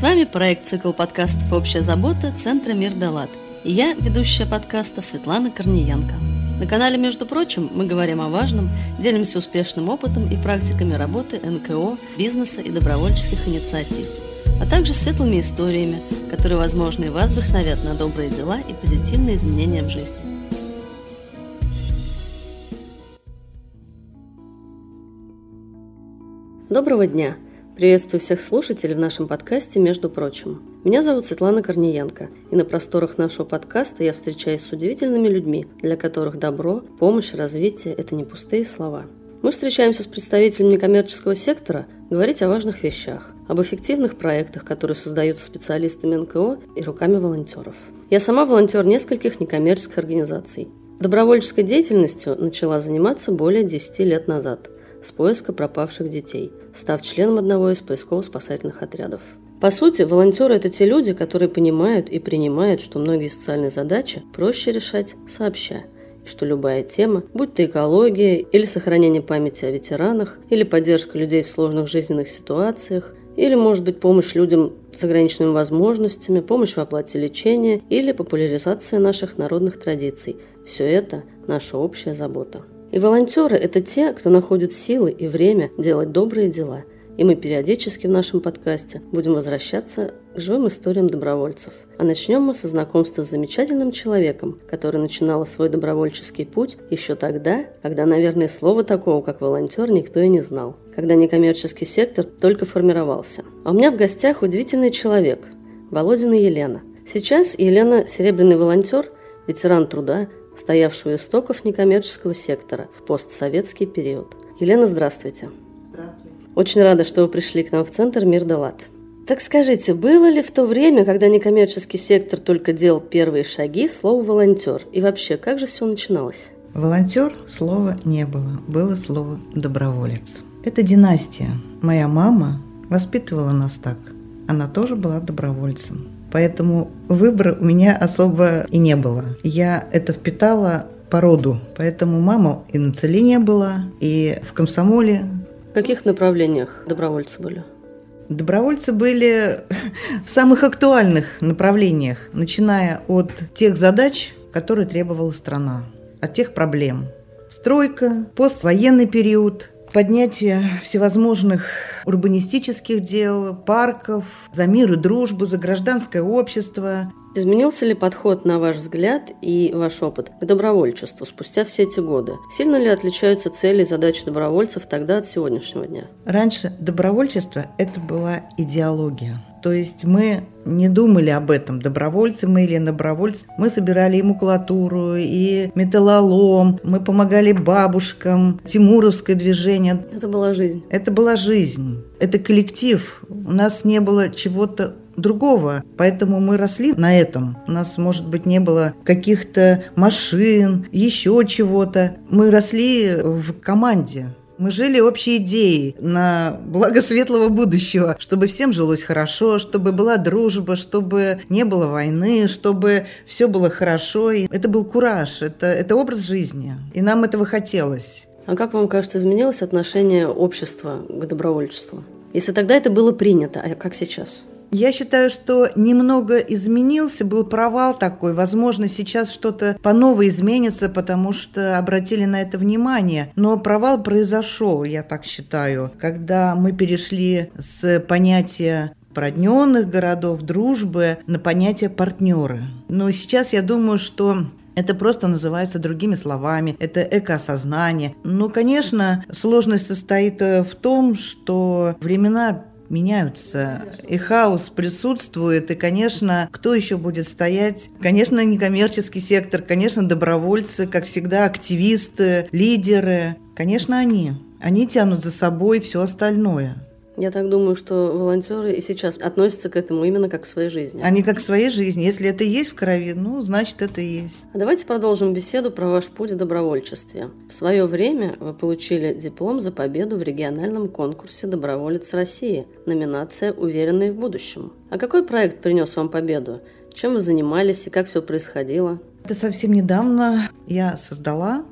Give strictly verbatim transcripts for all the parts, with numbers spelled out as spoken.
С вами проект «Цикл подкастов «Общая забота» Центра «Мир да лад». И я, ведущая подкаста Светлана Корниенко. На канале, между прочим, мы говорим о важном, делимся успешным опытом и практиками работы эн ка о, бизнеса и добровольческих инициатив, а также светлыми историями, которые, возможно, и вас вдохновят на добрые дела и позитивные изменения в жизни. Доброго дня! Приветствую всех слушателей в нашем подкасте «Между прочим». Меня зовут Светлана Корниенко, и на просторах нашего подкаста я встречаюсь с удивительными людьми, для которых добро, помощь, развитие – это не пустые слова. Мы встречаемся с представителями некоммерческого сектора говорить о важных вещах, об эффективных проектах, которые создаются специалистами эн ка о и руками волонтеров. Я сама волонтер нескольких некоммерческих организаций. Добровольческой деятельностью начала заниматься более десяти лет назад – с поиска пропавших детей, став членом одного из поисково-спасательных отрядов. По сути, волонтеры – это те люди, которые понимают и принимают, что многие социальные задачи проще решать сообща, и что любая тема, будь то экология или сохранение памяти о ветеранах, или поддержка людей в сложных жизненных ситуациях, или, может быть, помощь людям с ограниченными возможностями, помощь в оплате лечения или популяризация наших народных традиций – все это наша общая забота. И волонтеры – это те, кто находит силы и время делать добрые дела. И мы периодически в нашем подкасте будем возвращаться к живым историям добровольцев. А начнем мы со знакомства с замечательным человеком, который начинал свой добровольческий путь еще тогда, когда, наверное, слова такого, как волонтер, никто и не знал. Когда некоммерческий сектор только формировался. А у меня в гостях удивительный человек – Володина Елена. Сейчас Елена – серебряный волонтер, ветеран труда, стоявшую у истоков некоммерческого сектора в постсоветский период. Елена, здравствуйте. Здравствуйте. Очень рада, что вы пришли к нам в Центр «Мир да лад». Так скажите, было ли в то время, когда некоммерческий сектор только делал первые шаги, слово «волонтер»? И вообще, как же все начиналось? Волонтер слова не было, было слово «доброволец». Это династия. Моя мама воспитывала нас так. Она тоже была добровольцем. Поэтому выбора у меня особо и не было. Я это впитала по роду. Поэтому мама и на целине была, и в комсомоле. В каких направлениях добровольцы были? Добровольцы были в самых актуальных направлениях, начиная от тех задач, которые требовала страна, от тех проблем. Стройка, поствоенный период, поднятие всевозможных урбанистических дел, парков, за мир и дружбу, за гражданское общество. Изменился ли подход, на ваш взгляд, и ваш опыт к добровольчеству спустя все эти годы? Сильно ли отличаются цели и задачи добровольцев тогда от сегодняшнего дня? Раньше добровольчество – это была идеология. То есть мы не думали об этом, добровольцы мы или добровольцы. Мы собирали и макулатуру, и металлолом, мы помогали бабушкам, тимуровское движение. Это была жизнь. Это была жизнь, это коллектив. У нас не было чего-то другого, поэтому мы росли на этом. У нас, может быть, не было каких-то машин, еще чего-то. Мы росли в команде. Мы жили общей идеей на благо светлого будущего, чтобы всем жилось хорошо, чтобы была дружба, чтобы не было войны, чтобы все было хорошо. И это был кураж, это, это образ жизни, и нам этого хотелось. А как вам кажется, изменилось отношение общества к добровольчеству? Если тогда это было принято, а как сейчас? Я считаю, что немного изменился, был провал такой. Возможно, сейчас что-то по-новому изменится, потому что обратили на это внимание. Но провал произошел, я так считаю, когда мы перешли с понятия продненных городов, дружбы, на понятие партнеры. Но сейчас я думаю, что это просто называется другими словами, это экоосознание. Ну, конечно, сложность состоит в том, что времена меняются, и хаос присутствует, и, конечно, кто еще будет стоять? Конечно, некоммерческий сектор, конечно, добровольцы, как всегда, активисты, лидеры. Конечно, они. Они тянут за собой все остальное. Я так думаю, что волонтеры и сейчас относятся к этому именно как к своей жизни. Они как к своей жизни. Если это есть в крови, ну, значит, это и есть. А давайте продолжим беседу про ваш путь в добровольчестве. В свое время вы получили диплом за победу в региональном конкурсе «Доброволец России». Номинация «Уверенный в будущем». А какой проект принес вам победу? Чем вы занимались и как все происходило? Это совсем недавно я создала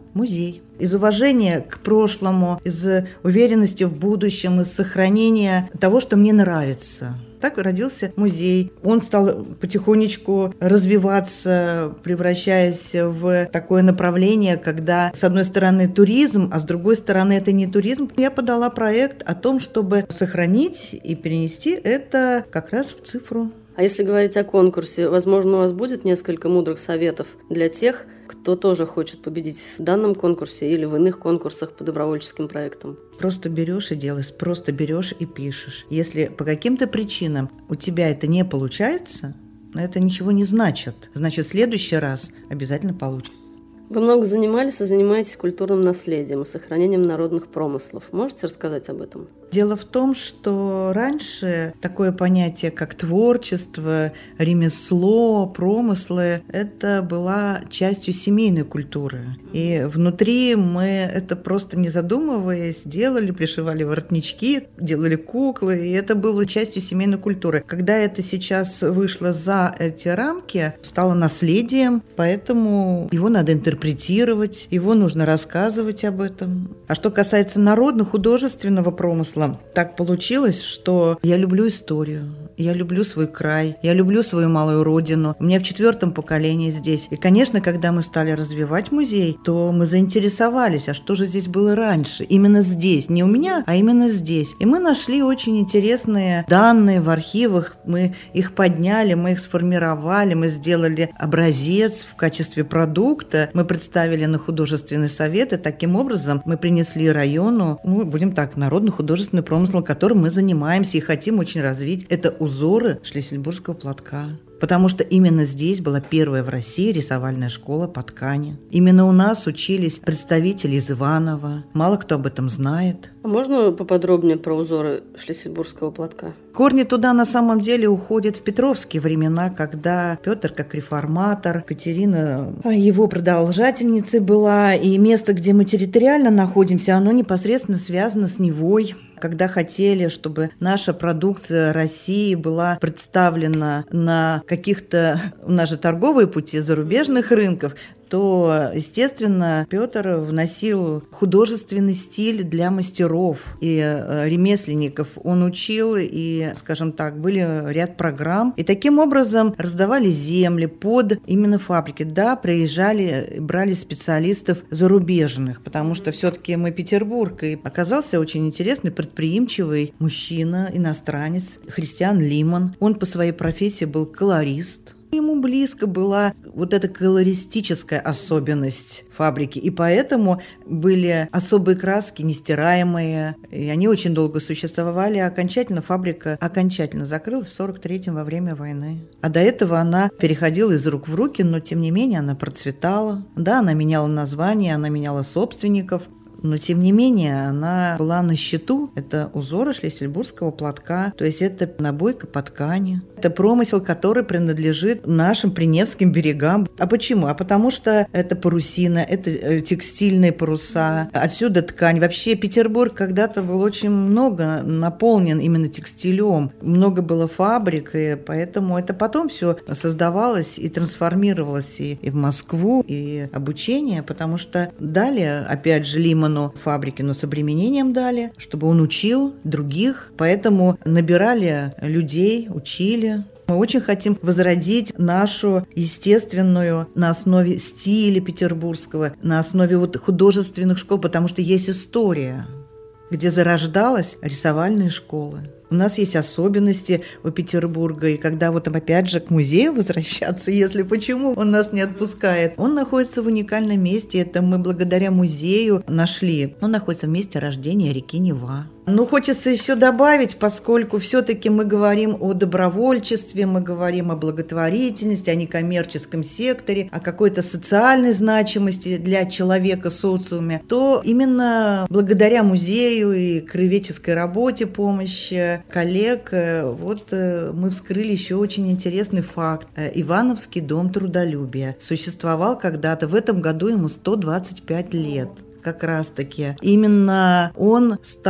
Музей. Из уважения к прошлому, из уверенности в будущем, из сохранения того, что мне нравится. Так родился музей. Он стал потихонечку развиваться, превращаясь в такое направление, когда, с одной стороны, туризм, а с другой стороны, это не туризм. Я подала проект о том, чтобы сохранить и перенести это как раз в цифру. А если говорить о конкурсе, возможно, у вас будет несколько мудрых советов для тех, кто тоже хочет победить в данном конкурсе или в иных конкурсах по добровольческим проектам? Просто берешь и делаешь, просто берешь и пишешь. Если по каким-то причинам у тебя это не получается, это ничего не значит. Значит, в следующий раз обязательно получится. Вы много занимались и занимаетесь культурным наследием и сохранением народных промыслов. Можете рассказать об этом? Дело в том, что раньше такое понятие, как творчество, ремесло, промыслы, это была частью семейной культуры. И внутри мы это просто не задумываясь делали, пришивали воротнички, делали куклы, и это было частью семейной культуры. Когда это сейчас вышло за эти рамки, стало наследием, поэтому его надо интерпретировать, его нужно рассказывать об этом. А что касается народно-художественного промысла, так получилось, что я люблю историю, я люблю свой край, я люблю свою малую родину. У меня в четвертом поколении здесь. И, конечно, когда мы стали развивать музей, то мы заинтересовались, а что же здесь было раньше? Именно здесь. Не у меня, а именно здесь. И мы нашли очень интересные данные в архивах. Мы их подняли, мы их сформировали, мы сделали образец в качестве продукта. Мы представили на художественный совет, и таким образом мы принесли району, ну, будем так, народно-художественный промысл, которым мы занимаемся и хотим очень развить. Это узоры шлиссельбургского платка. Потому что именно здесь была первая в России рисовальная школа по ткани. Именно у нас учились представители из Иваново. Мало кто об этом знает. А можно поподробнее про узоры шлиссельбургского платка? Корни туда на самом деле уходят в петровские времена, когда Петр, как реформатор, Катерина его продолжательницей была, и место, где мы территориально находимся, оно непосредственно связано с Невой. Когда хотели, чтобы наша продукция России была представлена на каких-то, у нас же торговые пути зарубежных рынков, то, естественно, Петр вносил художественный стиль для мастеров и ремесленников. Он учил, и, скажем так, были ряд программ. И таким образом раздавали земли под именно фабрики. Да, приезжали, брали специалистов зарубежных, потому что все-таки мы Петербург. И оказался очень интересный, предприимчивый мужчина, иностранец, Христиан Лиман. Он по своей профессии был колорист. Ему близко была вот эта колористическая особенность фабрики, и поэтому были особые краски, нестираемые, и они очень долго существовали, а окончательно фабрика окончательно закрылась в сорок третьем во время войны. А до этого она переходила из рук в руки, но тем не менее она процветала. Да, она меняла название, она меняла собственников, но, тем не менее, она была на счету. Это узоры шлиссельбургского платка, то есть это набойка по ткани. Это промысел, который принадлежит нашим Приневским берегам. А почему? А потому что это парусина, это текстильные паруса, отсюда ткань. Вообще Петербург когда-то был очень много наполнен именно текстилем. Много было фабрик, и поэтому это потом все создавалось и трансформировалось и, и в Москву, и обучение, потому что далее, опять же, Лиман фабрики, но с обременением дали, чтобы он учил других, поэтому набирали людей, учили. Мы очень хотим возродить нашу естественную на основе стиля петербургского, на основе вот художественных школ, потому что есть история, где зарождалась рисовальная школа. У нас есть особенности у Петербурга, и когда вот опять же к музею возвращаться, если почему он нас не отпускает, он находится в уникальном месте, это мы благодаря музею нашли. Он находится в месте рождения реки Нева. Ну, хочется еще добавить, поскольку все-таки мы говорим о добровольчестве, мы говорим о благотворительности, о некоммерческом секторе, о какой-то социальной значимости для человека в социуме, то именно благодаря музею и краеведческой работе, помощи коллег, вот мы вскрыли еще очень интересный факт. Ивановский дом трудолюбия существовал когда-то, в этом году ему сто двадцать пять лет. Как раз-таки именно он стал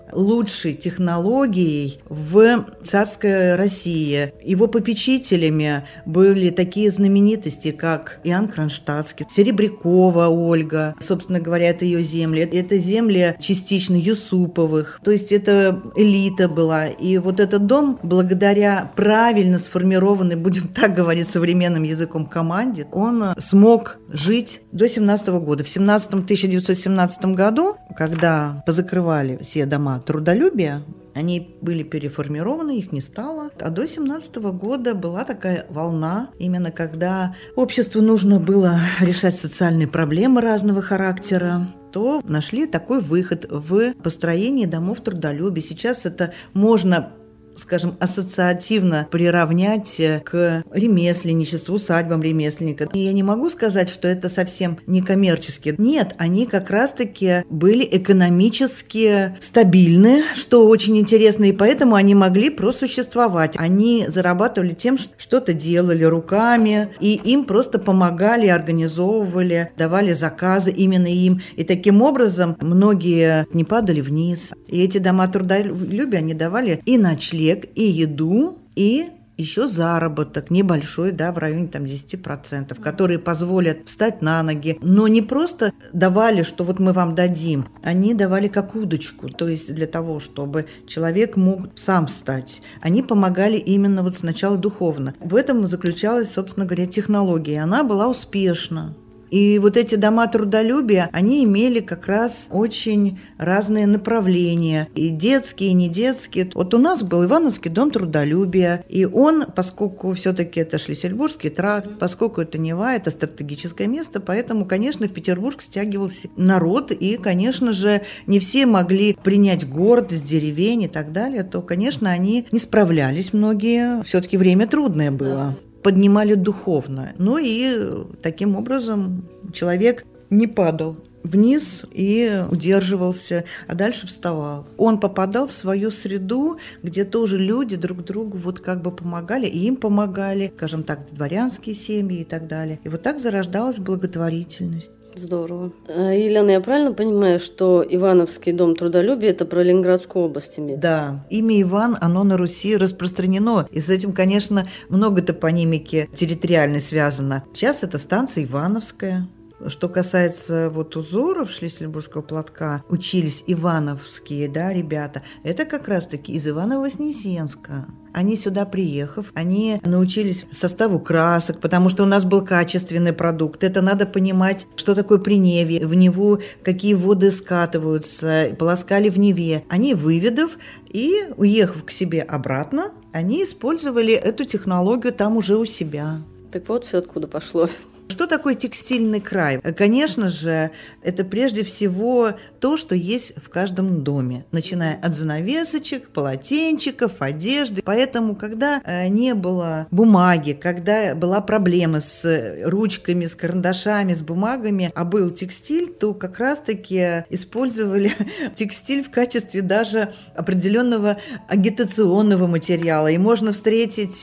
лучшей технологией в царской России. Его попечителями были такие знаменитости, как Иоанн Кронштадтский, Серебрякова Ольга, собственно говоря, это ее земли. Это земли частично Юсуповых, то есть это элита была. И вот этот дом, благодаря правильно сформированной, будем так говорить современным языком, команде, он смог жить до семнадцатого года. В тысяча девятьсот семнадцатом году, когда позакрывали все дома трудолюбия, они были переформированы, их не стало. А до семнадцатого года была такая волна, именно когда обществу нужно было решать социальные проблемы разного характера, то нашли такой выход в построении домов трудолюбия. Сейчас это можно, скажем, ассоциативно приравнять к ремесленничеству, усадьбам ремесленника. И я не могу сказать, что это совсем не коммерческие. Нет, они как раз-таки были экономически стабильны, что очень интересно, и поэтому они могли просуществовать. Они зарабатывали тем, что что-то делали руками, и им просто помогали, организовывали, давали заказы именно им. И таким образом многие не падали вниз. И эти дома трудолюбия, они давали и ночлег, и еду, и еще заработок небольшой, да, в районе там десять процентов, которые позволят встать на ноги. Но не просто давали, что вот мы вам дадим, они давали как удочку, то есть для того, чтобы человек мог сам встать. Они помогали именно вот сначала духовно. В этом заключалась, собственно говоря, технология, и она была успешна. И вот эти дома трудолюбия, они имели как раз очень разные направления, и детские, и не детские. Вот у нас был Ивановский дом трудолюбия, и он, поскольку все-таки это Шлиссельбургский тракт, поскольку это Нева, это стратегическое место, поэтому, конечно, в Петербург стягивался народ, и, конечно же, не все могли принять город с деревень и так далее, то, конечно, они не справлялись многие, все-таки время трудное было. Поднимали духовно. Ну и таким образом человек не падал вниз и удерживался, а дальше вставал. Он попадал в свою среду, где тоже люди друг другу вот как бы помогали, и им помогали, скажем так, дворянские семьи и так далее. И вот так зарождалась благотворительность. Здорово. Елена, я правильно понимаю, что Ивановский дом трудолюбия – это про Ленинградскую область имеет? Да. Имя Иван, оно на Руси распространено. И с этим, конечно, много топонимики территориально связано. Сейчас это станция Ивановская. Что касается вот узоров шлиссельбургского платка, учились ивановские, да, ребята. Это как раз-таки из Иваново-Вознесенска. Они сюда приехав, они научились составу красок, потому что у нас был качественный продукт. Это надо понимать, что такое при Неве, в Неву какие воды скатываются, полоскали в Неве. Они, выведав и уехав к себе обратно, они использовали эту технологию там уже у себя. Так вот все откуда пошло. Что такое текстильный край? Конечно же, это прежде всего то, что есть в каждом доме, начиная от занавесочек, полотенчиков, одежды. Поэтому, когда не было бумаги, когда была проблема с ручками, с карандашами, с бумагами, а был текстиль, то как раз-таки использовали текстиль в качестве даже определенного агитационного материала. И можно встретить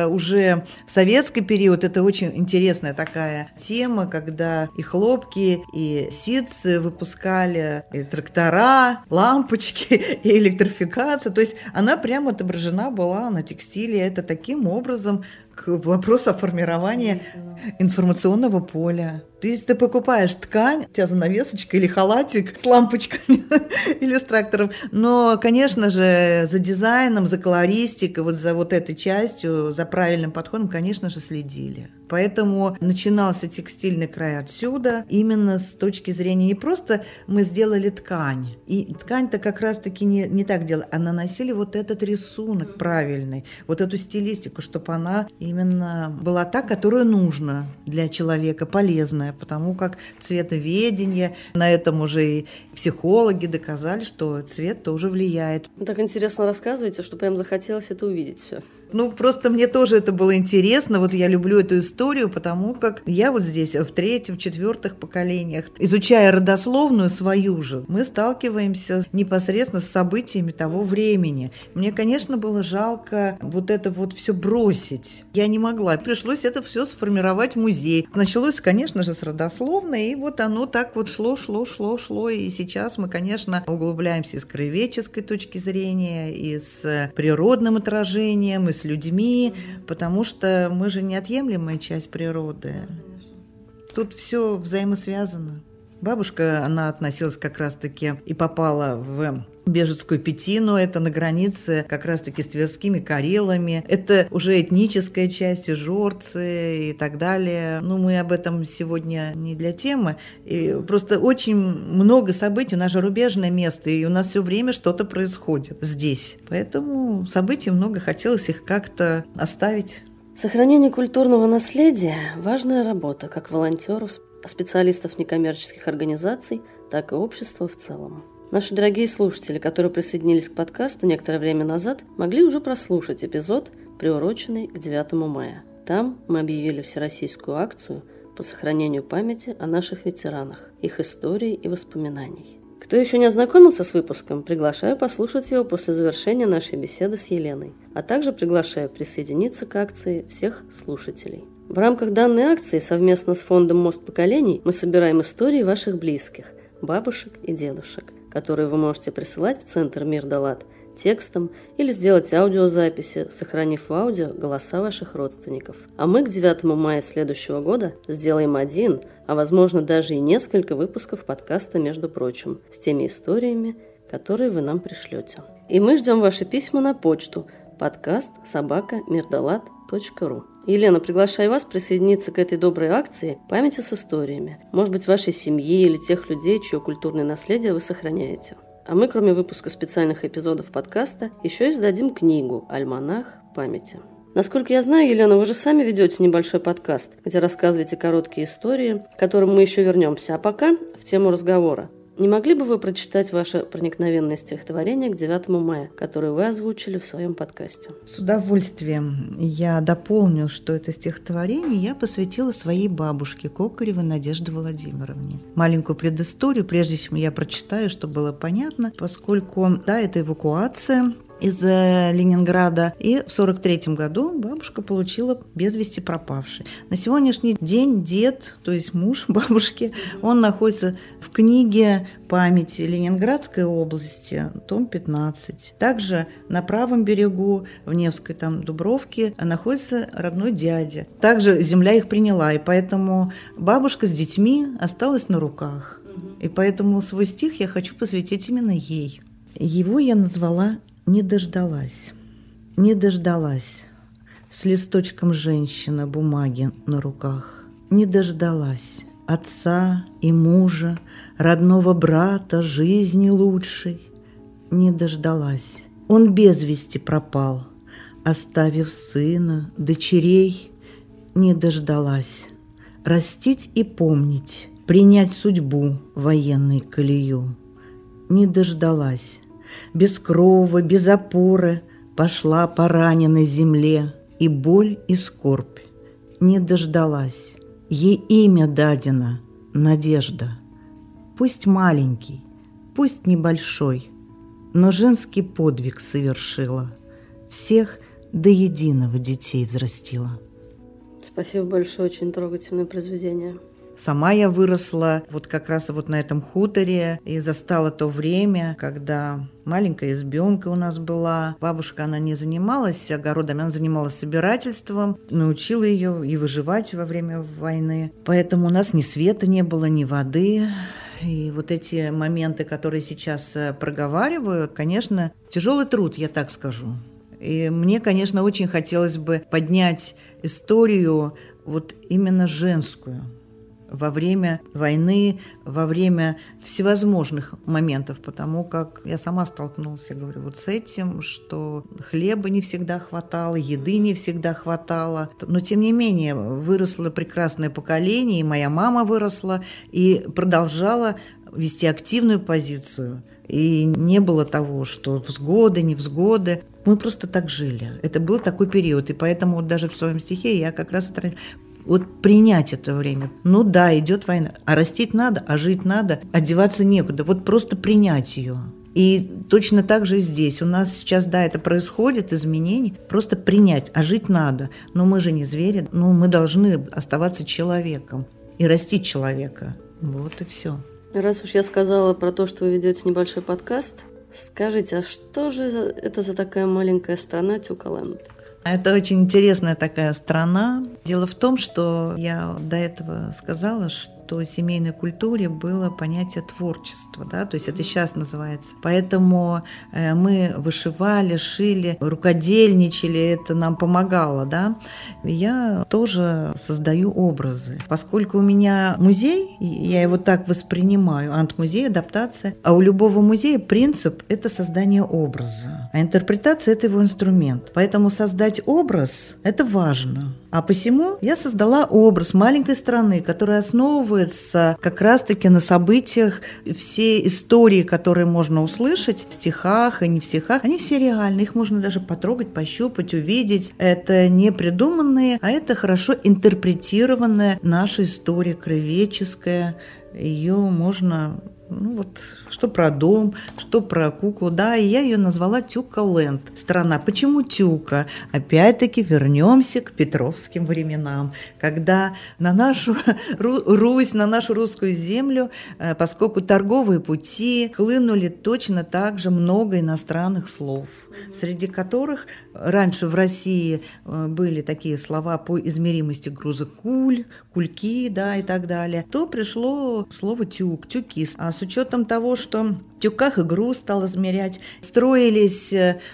уже в советский период, это очень интересная такая тема, когда и хлопки, и ситцы выпускали, и трактора, лампочки, и электрификация. То есть она прямо отображена была на текстиле. Это таким образом к вопросу о формировании информационного поля. Ты, если ты покупаешь ткань, у тебя занавесочка или халатик с лампочками или с трактором, но, конечно же, за дизайном, за колористикой, вот за вот этой частью, за правильным подходом, конечно же, следили. Поэтому начинался текстильный край отсюда, именно с точки зрения не просто мы сделали ткань, и ткань-то как раз-таки не, не так делали, а наносили вот этот рисунок правильный, вот эту стилистику, чтобы она именно была та, которая нужна для человека, полезная, потому как цветоведение, на этом уже и психологи доказали, что цвет тоже влияет. Так интересно рассказываете, что прям захотелось это увидеть все. Ну, просто мне тоже это было интересно. Вот я люблю эту историю, потому как я вот здесь в третьем, в четвертых поколениях, изучая родословную свою же, мы сталкиваемся непосредственно с событиями того времени. Мне, конечно, было жалко вот это вот все бросить. Я не могла. Пришлось это все сформировать в музей. Началось, конечно же, с родословной, и вот оно так вот шло, шло, шло, шло, и сейчас мы, конечно, углубляемся и с краеведческой точки зрения, и с природным отражением, и с людьми, потому что мы же неотъемлемая часть природы. Тут все взаимосвязано. Бабушка, она относилась как раз-таки и попала в Бежецкую Пятину, это на границе как раз-таки с Тверскими Карелами, это уже этническая часть, и жорцы и так далее. Ну, мы об этом сегодня не для темы. И просто очень много событий, у нас же рубежное место, и у нас все время что-то происходит здесь. Поэтому событий много, хотелось их как-то оставить. Сохранение культурного наследия – важная работа как волонтеров, специалистов некоммерческих организаций, так и общества в целом. Наши дорогие слушатели, которые присоединились к подкасту некоторое время назад, могли уже прослушать эпизод, приуроченный к девятому мая. Там мы объявили всероссийскую акцию по сохранению памяти о наших ветеранах, их истории и воспоминаний. Кто еще не ознакомился с выпуском, приглашаю послушать его после завершения нашей беседы с Еленой, а также приглашаю присоединиться к акции всех слушателей. В рамках данной акции совместно с фондом «Мост поколений» мы собираем истории ваших близких, бабушек и дедушек, которые вы можете присылать в Центр «Мир да лад» текстом или сделать аудиозаписи, сохранив в аудио голоса ваших родственников. А мы к девятому мая следующего года сделаем один, а возможно даже и несколько выпусков подкаста «Между прочим» с теми историями, которые вы нам пришлете. И мы ждем ваши письма на почту подкаст собака мирдалат точка ру. Елена, приглашаю вас присоединиться к этой доброй акции памяти с историями. Может быть, вашей семьи или тех людей, чье культурное наследие вы сохраняете. А мы, кроме выпуска специальных эпизодов подкаста, еще издадим книгу «Альманах памяти». Насколько я знаю, Елена, вы же сами ведете небольшой подкаст, где рассказываете короткие истории, к которым мы еще вернемся. А пока в тему разговора. Не могли бы вы прочитать ваше проникновенное стихотворение к девятому мая, которое вы озвучили в своем подкасте? С удовольствием. Я дополню, что это стихотворение я посвятила своей бабушке Кокоревой Надежде Владимировне. Маленькую предысторию, прежде чем я прочитаю, чтобы было понятно, поскольку, да, это эвакуация из Ленинграда. И в сорок третьем году бабушка получила без вести пропавший. На сегодняшний день дед, то есть муж бабушки, он находится в книге памяти Ленинградской области, том пятнадцать. Также на правом берегу, в Невской там Дубровке, находится родной дядя. Также земля их приняла, и поэтому бабушка с детьми осталась на руках. И поэтому свой стих я хочу посвятить именно ей. Его я назвала «Не дождалась». Не дождалась с листочком женщина бумаги на руках. Не дождалась отца и мужа, родного брата, жизни лучшей. Не дождалась. Он без вести пропал, оставив сына, дочерей. Не дождалась. Растить и помнить, принять судьбу военной колею. Не дождалась. Без крова, без опоры пошла по раненой земле, и боль, и скорбь. Не дождалась. Ей имя дадено — Надежда. Пусть маленький, пусть небольшой, но женский подвиг совершила. Всех до единого детей взрастила. Спасибо большое, очень трогательное произведение. Сама я выросла вот как раз вот на этом хуторе и застала то время, когда маленькая избенка у нас была. Бабушка, она не занималась огородами, она занималась собирательством, научила ее и выживать во время войны. Поэтому у нас ни света не было, ни воды. И вот эти моменты, которые сейчас проговариваю, конечно, тяжелый труд, я так скажу. И мне, конечно, очень хотелось бы поднять историю вот именно женскую. Во время войны, во время всевозможных моментов, потому как я сама столкнулась, я говорю, вот с этим, что хлеба не всегда хватало, еды не всегда хватало, но тем не менее выросло прекрасное поколение, и моя мама выросла и продолжала вести активную позицию, и не было того, что взгоды, невзгоды. Мы просто так жили. Это был такой период, и поэтому вот даже в своем стихе я как раз это... Вот принять это время. Ну да, идет война. А растить надо, а жить надо, одеваться некуда. Вот просто принять ее. И точно так же и здесь. У нас сейчас, да, это происходит, изменения. Просто принять, а жить надо. Но мы же не звери, ну мы должны оставаться человеком. и растить человека. Вот и все. Раз уж я сказала про то, что вы ведете небольшой подкаст, скажите, а что же это за такая маленькая страна Тюкаленд? Это очень интересная такая страна. Дело в том, что я до этого сказала, что в семейной культуре было понятие творчества, да, то есть это сейчас называется. Поэтому мы вышивали, шили, рукодельничали, это нам помогало, да. Я тоже создаю образы. Поскольку у меня музей, я его так воспринимаю, ант-музей, адаптация, а у любого музея принцип – это создание образа, а интерпретация – это его инструмент. Поэтому создать образ – это важно. А посему я создала образ маленькой страны, которая основывается как раз-таки на событиях. Все истории, которые можно услышать в стихах и не в стихах, они все реальны. Их можно даже потрогать, пощупать, увидеть. Это не придуманные, а это хорошо интерпретированная наша история краеведческая. Ее можно... Ну вот, что про дом, что про куклу, да, и я ее назвала Тюкаленд, страна. Почему Тюка? Опять-таки вернемся к петровским временам, когда на нашу Русь, на нашу русскую землю, поскольку торговые пути хлынули точно так же много иностранных слов, среди которых раньше в России были такие слова по измеримости груза куль, кульки, да, и так далее, то пришло слово тюк, тюки. А с учетом того, что в тюках и груз стал измерять, строились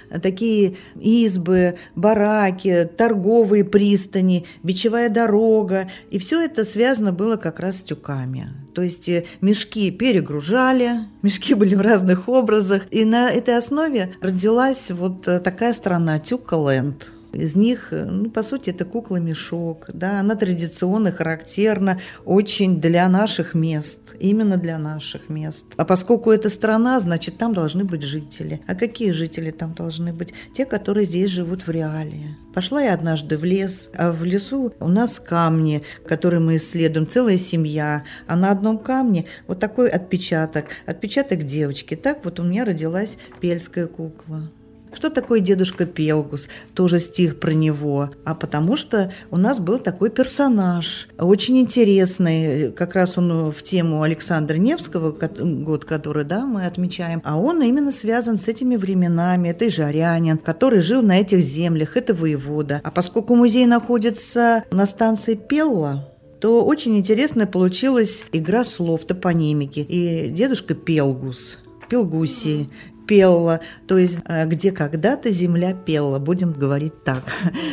такие избы, бараки, торговые пристани, бичевая дорога, и все это связано было как раз с тюками. То есть мешки перегружали, мешки были в разных образах, и на этой основе родилась вот такая страна Тюкаленд. Из них, ну, по сути, это кукла-мешок, да, она традиционно, характерна очень для наших мест, именно для наших мест. А поскольку это страна, значит, там должны быть жители. А какие жители там должны быть? Те, которые здесь живут в реалии. Пошла я однажды в лес, а в лесу у нас камни, которые мы исследуем, целая семья, а на одном камне вот такой отпечаток, отпечаток девочки. Так вот у меня родилась пельская кукла. Что такое дедушка Пелгус? Тоже стих про него. А потому что у нас был такой персонаж, очень интересный, как раз он в тему Александра Невского, год который, да, мы отмечаем, а он именно связан с этими временами. Это жарянин, который жил на этих землях, это воевода. А поскольку музей находится на станции Пелла, то очень интересная получилась игра слов, топонимики. И дедушка Пелгус, Пелгусий, Пелла, то есть где когда-то земля пела, будем говорить так.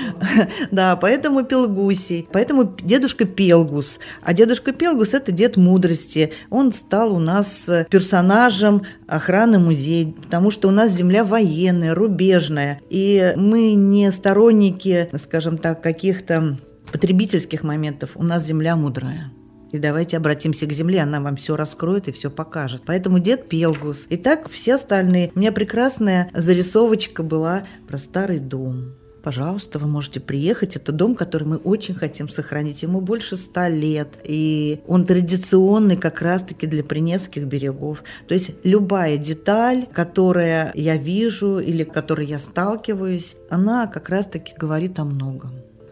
Да, поэтому Пелгусий, поэтому дедушка Пелгус. А дедушка Пелгус – это дед мудрости. Он стал у нас персонажем охраны музея, потому что у нас земля военная, рубежная. И мы не сторонники, скажем так, каких-то потребительских моментов. У нас земля мудрая. И давайте обратимся к земле, она вам все раскроет и все покажет. Поэтому дед Пелгус. И так все остальные. У меня прекрасная зарисовочка была про старый дом. Пожалуйста, вы можете приехать. Это дом, который мы очень хотим сохранить. Ему больше ста лет. И он традиционный как раз-таки для Приневских берегов. То есть любая деталь, которую я вижу или к которой я сталкиваюсь, она как раз-таки говорит о многом.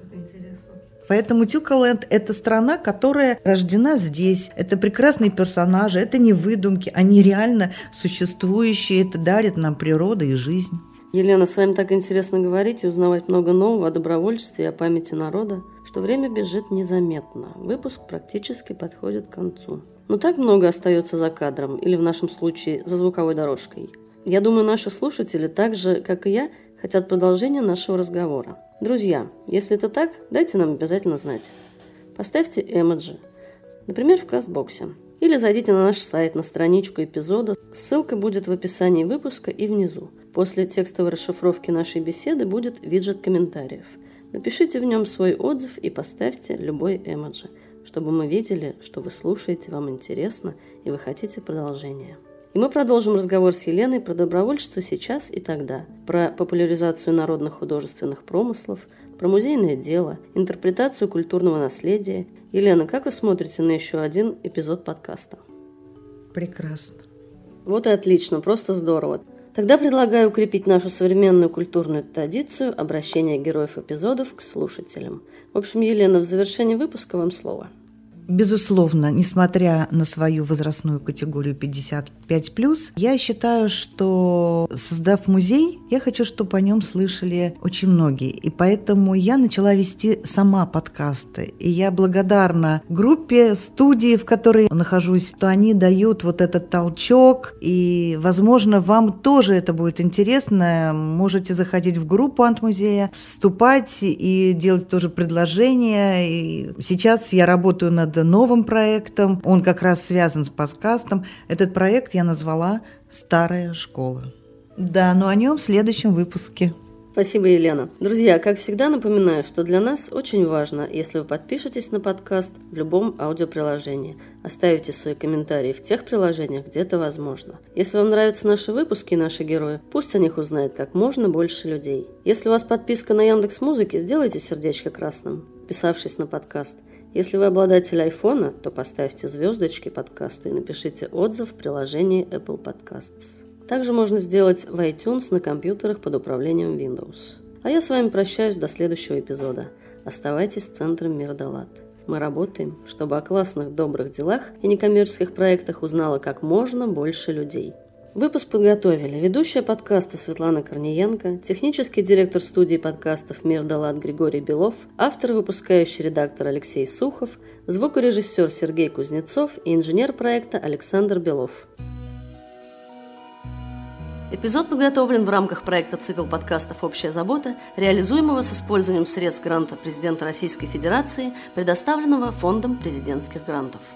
Поэтому Тюкаленд – это страна, которая рождена здесь. Это прекрасные персонажи, это не выдумки, они реально существующие. Это дарит нам природа и жизнь. Елена, с вами так интересно говорить и узнавать много нового о добровольчестве и о памяти народа, что время бежит незаметно. Выпуск практически подходит к концу. Но так много остается за кадром, или в нашем случае за звуковой дорожкой. Я думаю, наши слушатели, так же, как и я, хотят продолжения нашего разговора. Друзья, если это так, дайте нам обязательно знать. Поставьте эмоджи, например, в Кастбоксе. Или зайдите на наш сайт, на страничку эпизода. Ссылка будет в описании выпуска и внизу. После текстовой расшифровки нашей беседы будет виджет комментариев. Напишите в нем свой отзыв и поставьте любой эмоджи, чтобы мы видели, что вы слушаете, вам интересно и вы хотите продолжения. И мы продолжим разговор с Еленой про добровольчество сейчас и тогда, про популяризацию народных художественных промыслов, про музейное дело, интерпретацию культурного наследия. Елена, как вы смотрите на еще один эпизод подкаста? Прекрасно. Вот и отлично, просто здорово. Тогда предлагаю укрепить нашу современную культурную традицию обращения героев эпизодов к слушателям. В общем, Елена, в завершении выпуска вам слово. Безусловно, несмотря на свою возрастную категорию пятьдесят пять плюс, я считаю, что, создав музей, я хочу, чтобы о нем слышали очень многие. И поэтому я начала вести сама подкасты. И я благодарна группе, студии, в которой нахожусь, что они дают вот этот толчок. И, возможно, вам тоже это будет интересно. Можете заходить в группу Антмузея, вступать и делать тоже предложения. И сейчас я работаю над новым проектом. Он как раз связан с подкастом. Этот проект я назвала «Старая школа». Да, но о нем в следующем выпуске. Спасибо, Елена. Друзья, как всегда, напоминаю, что для нас очень важно, если вы подпишетесь на подкаст в любом аудиоприложении, оставите свои комментарии в тех приложениях, где это возможно. Если вам нравятся наши выпуски и наши герои, пусть о них узнает как можно больше людей. Если у вас подписка на Яндекс.Музыке, сделайте сердечко красным, подписавшись на подкаст. Если вы обладатель айфона, то поставьте звездочки подкасту и напишите отзыв в приложении Apple Podcasts. Также можно сделать в iTunes на компьютерах под управлением Windows. А я с вами прощаюсь до следующего эпизода. Оставайтесь с Центром Мир Далат. Мы работаем, чтобы о классных добрых делах и некоммерческих проектах узнало как можно больше людей. Выпуск подготовили ведущая подкаста Светлана Корниенко, технический директор студии подкастов «Мир Далат» Григорий Белов, автор и выпускающий редактор Алексей Сухов, звукорежиссер Сергей Кузнецов и инженер проекта Александр Белов. Эпизод подготовлен в рамках проекта «Цикл подкастов «Общая забота», реализуемого с использованием средств гранта президента Российской Федерации, предоставленного Фондом президентских грантов.